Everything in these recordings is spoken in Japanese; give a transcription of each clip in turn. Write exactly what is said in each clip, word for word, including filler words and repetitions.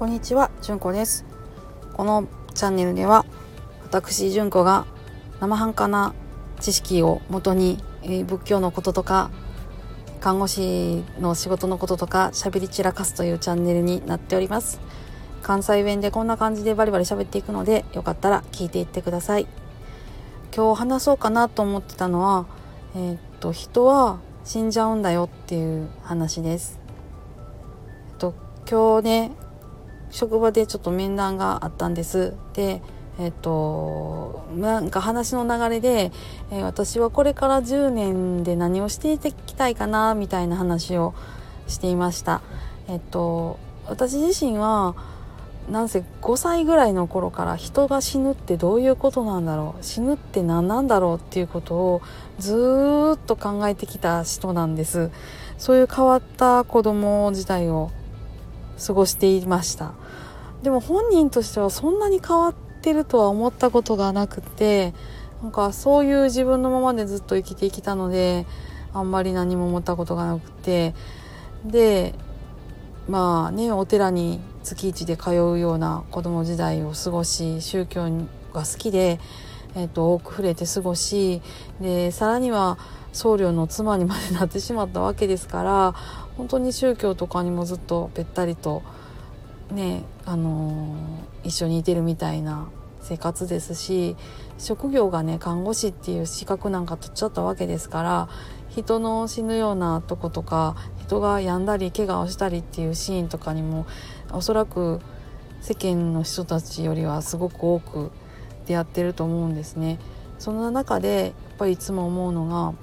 こんにちは、じゅんこです。このチャンネルでは私じゅんこが生半可な知識をもとに、えー、仏教のこととか看護師の仕事のこととか喋り散らかすというチャンネルになっております。関西弁でこんな感じでバリバリ喋っていくので、よかったら聞いていってください。今日話そうかなと思ってたのは、えー、っと人は死んじゃうんだよっていう話です。えっと今日ね、職場でちょっと面談があったんです。で、えっとなんか話の流れで、えー、私はこれからじゅうねんで何をしていきたいかなみたいな話をしていました。えっと私自身はなんせごさいぐらいの頃から人が死ぬってどういうことなんだろう、死ぬって何なんだろうっていうことをずーっと考えてきた人なんです。そういう変わった子供時代を過ごしていました。でも本人としてはそんなに変わってるとは思ったことがなくて、なんかそういう自分のままでずっと生きてきたので、あんまり何も思ったことがなくて、でまあね、お寺に月一で通うような子供時代を過ごし、宗教が好きで、えー、と多く触れて過ごし、でさらには僧侶の妻にまでなってしまったわけですから、本当に宗教とかにもずっとべったりとね、あのー、一緒にいてるみたいな生活ですし、職業がね看護師っていう資格なんか取っちゃったわけですから、人の死ぬようなとことか、人が病んだり怪我をしたりっていうシーンとかにもおそらく世間の人たちよりはすごく多く出会ってると思うんですね。そんな中でやっぱりいつも思うのが、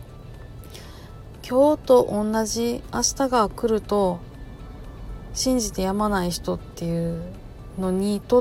今日と同じ明日が来ると信じてやまない人っていうのにとって、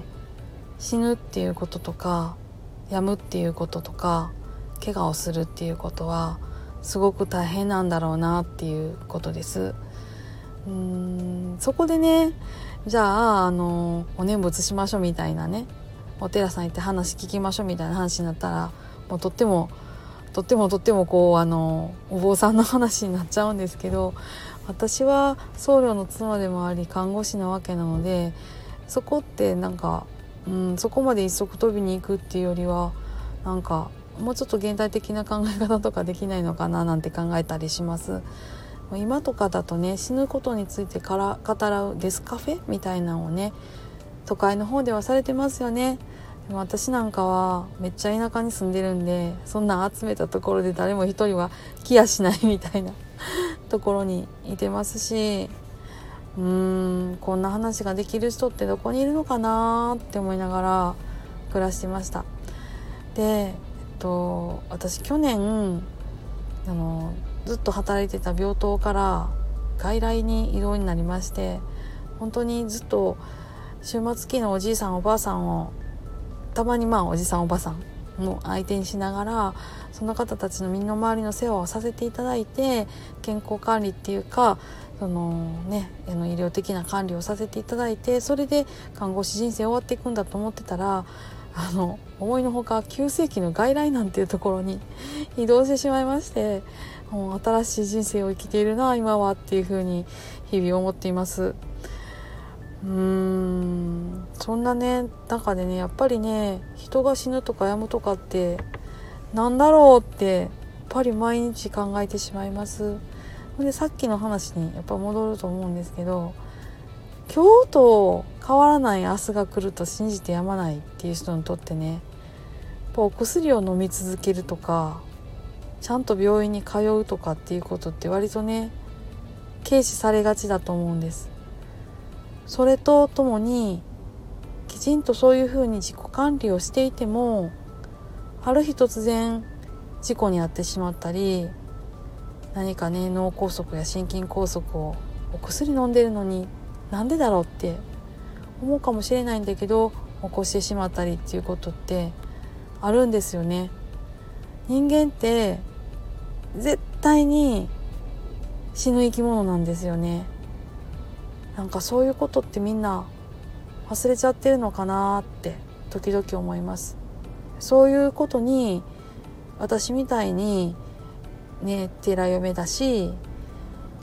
死ぬっていうこととか病むっていうこととか怪我をするっていうことはすごく大変なんだろうなっていうことです。うーんそこでね、じゃあ、あのお念仏しましょうみたいなね、お寺さん行って話聞きましょうみたいな話になったら、もうとってもとってもとってもこうあのお坊さんの話になっちゃうんですけど、私は僧侶の妻でもあり看護師なわけなので、そこってなんか、うん、そこまで一足飛びに行くっていうよりは、なんかもうちょっと現代的な考え方とかできないのかななんて考えたりします。今とかだとね、死ぬことについてから語らうデスカフェみたいなのをね、都会の方ではされてますよね。でも私なんかはめっちゃ田舎に住んでるんで、そんなん集めたところで誰も一人は来やしないみたいなところにいてますし、うーんこんな話ができる人ってどこにいるのかなって思いながら暮らしてました。で、えっと、私去年あのずっと働いてた病棟から外来に異動になりまして、本当にずっと終末期のおじいさんおばあさんを、たまにまあおじさんおばさんも相手にしながら、その方たちの身の回りの世話をさせていただいて、健康管理っていうか、そのね、あの医療的な管理をさせていただいて、それで看護師人生終わっていくんだと思ってたら、あの思いのほか急性期の外来なんていうところに移動してしまいまして、もう新しい人生を生きているな今はっていうふうに日々思っています。うーんそんなね中でね、やっぱりね、人が死ぬとか病むとかってなんだろうってやっぱり毎日考えてしまいます。でさっきの話にやっぱ戻ると思うんですけど、今日と変わらない明日が来ると信じてやまないっていう人にとってね、やっぱお薬を飲み続けるとか、ちゃんと病院に通うとかっていうことって割とね軽視されがちだと思うんです。それとともにきちんとそういうふうに自己管理をしていても、ある日突然事故に遭ってしまったり、何かね脳梗塞や心筋梗塞をお薬飲んでるのになんでだろうって思うかもしれないんだけど、起こしてしまったりっていうことってあるんですよね。人間って絶対に死ぬ生き物なんですよね。なんかそういうことってみんな忘れちゃってるのかなって時々思います。そういうことに私みたいにね寺嫁だし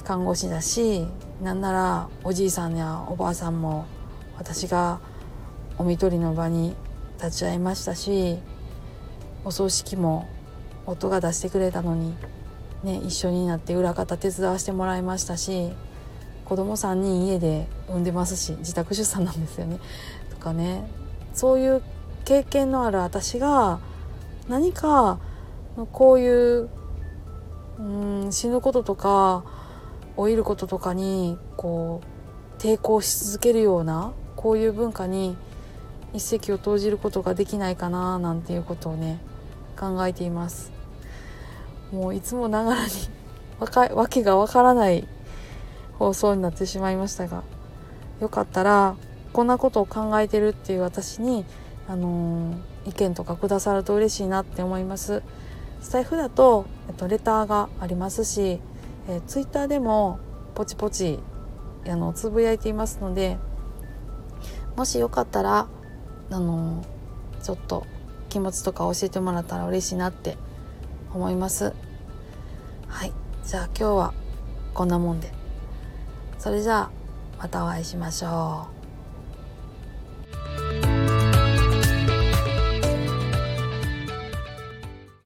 看護師だし、なんならおじいさんやおばあさんも私がお看取りの場に立ち会いましたし、お葬式も夫が出してくれたのに、ね、一緒になって裏方手伝わせてもらいましたし、子供さんにん家で産んでますし、自宅出産なんですよねとかね、そういう経験のある私が何かこういううん死ぬこととか老いることとかにこう抵抗し続けるようなこういう文化に一石を投じることができないかななんていうことをね考えています。もういつもながらにわかわけがわからない放送になってしまいましたが、よかったらこんなことを考えてるっていう私に、あのー、意見とかくださると嬉しいなって思います。スタイフだと、えっと、レターがありますし、えー、ツイッターでもポチポチあのつぶやいていますので、もしよかったらあのー、ちょっと気持ちとか教えてもらったら嬉しいなって思います。はい、じゃあ今日はこんなもんで、それじゃあまたお会いしましょう。